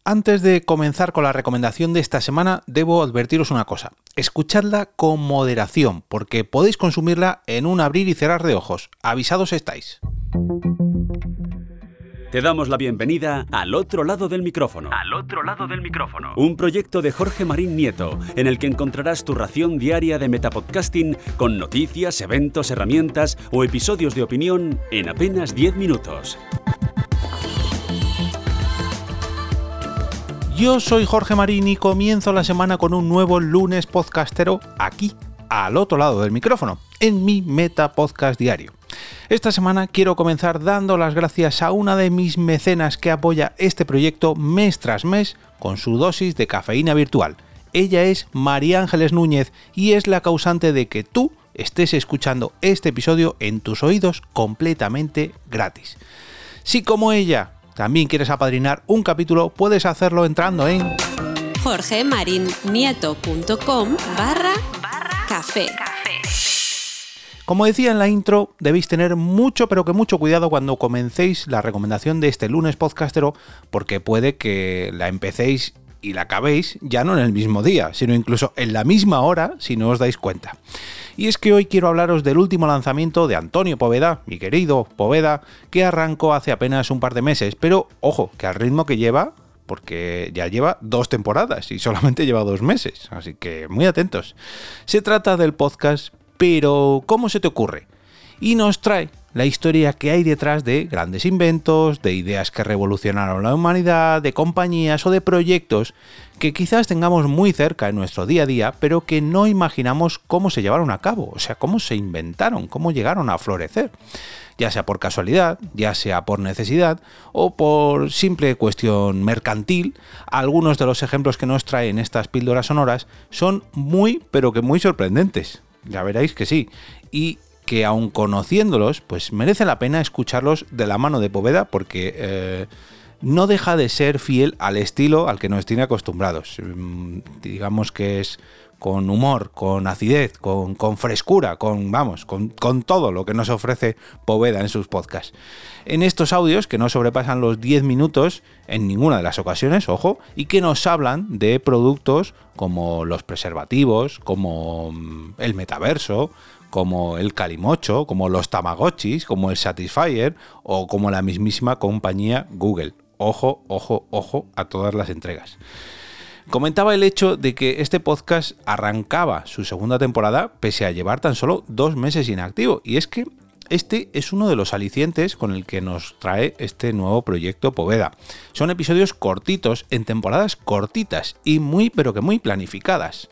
Antes de comenzar con la recomendación de esta semana, debo advertiros una cosa. Escuchadla con moderación, porque podéis consumirla en un abrir y cerrar de ojos. Avisados estáis. Te damos la bienvenida Al Otro Lado del Micrófono. Al Otro Lado del Micrófono. Un proyecto de Jorge Marín Nieto, en el que encontrarás tu ración diaria de metapodcasting con noticias, eventos, herramientas o episodios de opinión en apenas 10 minutos. Yo soy Jorge Marín y comienzo la semana con un nuevo lunes podcastero aquí, al otro lado del micrófono, en mi Metapodcast diario. Esta semana quiero comenzar dando las gracias a una de mis mecenas que apoya este proyecto mes tras mes con su dosis de cafeína virtual. Ella es María Ángeles Núñez y es la causante de que tú estés escuchando este episodio en tus oídos completamente gratis. Si como ella también quieres apadrinar un capítulo, puedes hacerlo entrando en jorgemarinieto.com/café. Como decía en la intro, debéis tener mucho cuidado cuando comencéis la recomendación de este lunes podcastero, porque puede que la empecéis y la acabéis ya no en el mismo día, sino incluso en la misma hora si no os dais cuenta. Y es que hoy quiero hablaros del último lanzamiento de Antonio Poveda, mi querido Poveda, que arrancó hace apenas un par de meses, pero ojo, que al ritmo que lleva, porque ya lleva 2 temporadas y solamente lleva 2 meses, así que muy atentos. Se trata del podcast Pero ¿cómo se te ocurre? Y nos trae la historia que hay detrás de grandes inventos, de ideas que revolucionaron la humanidad, de compañías o de proyectos que quizás tengamos muy cerca en nuestro día a día, pero que no imaginamos cómo se llevaron a cabo, o sea, cómo se inventaron, cómo llegaron a florecer. Ya sea por casualidad, ya sea por necesidad o por simple cuestión mercantil, algunos de los ejemplos que nos traen estas píldoras sonoras son muy sorprendentes. Ya veréis que sí, y que aun conociéndolos, pues merece la pena escucharlos de la mano de Poveda porque no deja de ser fiel al estilo al que nos tiene acostumbrados. Digamos que es con humor, con acidez, con frescura, con todo lo que nos ofrece Poveda en sus podcasts. En estos audios, que no sobrepasan los 10 minutos en ninguna de las ocasiones, ojo, y que nos hablan de productos como los preservativos, como el metaverso, como el Calimocho, como los Tamagotchis, como el Satisfyer o como la mismísima compañía Google. Ojo a todas las entregas. Comentaba el hecho de que este podcast arrancaba su segunda temporada pese a llevar tan solo 2 meses inactivo, y es que este es uno de los alicientes con el que nos trae este nuevo proyecto Poveda. Son episodios cortitos, en temporadas cortitas y muy planificadas.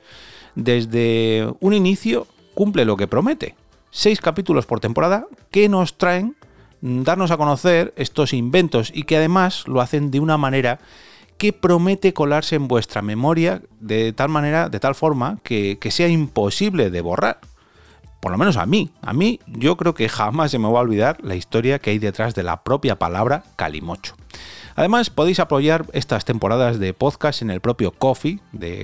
Desde un inicio cumple lo que promete. 6 capítulos por temporada que nos traen darnos a conocer estos inventos y que además lo hacen de una manera que promete colarse en vuestra memoria de tal forma que sea imposible de borrar. Por lo menos a mí, yo creo que jamás se me va a olvidar la historia que hay detrás de la propia palabra Calimocho. Además, podéis apoyar estas temporadas de podcast en el propio Ko-fi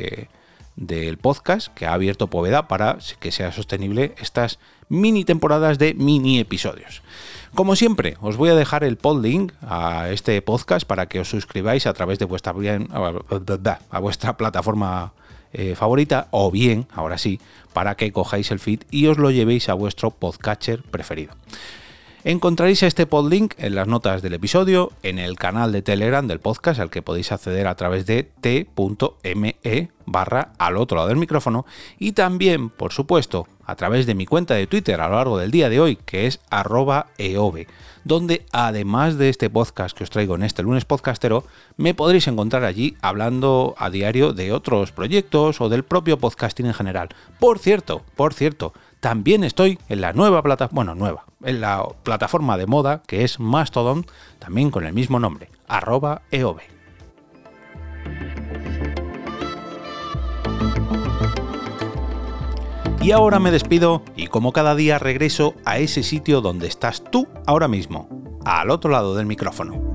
del podcast que ha abierto Poveda para que sea sostenible estas mini temporadas de mini episodios. Como siempre, os voy a dejar el podlink a este podcast para que os suscribáis a través de vuestra plataforma favorita, o bien, ahora sí, para que cojáis el feed y os lo llevéis a vuestro podcatcher preferido. Encontraréis este podlink en las notas del episodio, en el canal de Telegram del podcast, al que podéis acceder a través de t.me/al otro lado del micrófono, y también, por supuesto, a través de mi cuenta de Twitter a lo largo del día de hoy, que es @eove, donde además de este podcast que os traigo en este lunes podcastero, me podréis encontrar allí hablando a diario de otros proyectos o del propio podcasting en general. Por cierto, también estoy en la en la plataforma de moda que es Mastodon, también con el mismo nombre, @eove. Y ahora me despido y como cada día regreso a ese sitio donde estás tú ahora mismo, al otro lado del micrófono.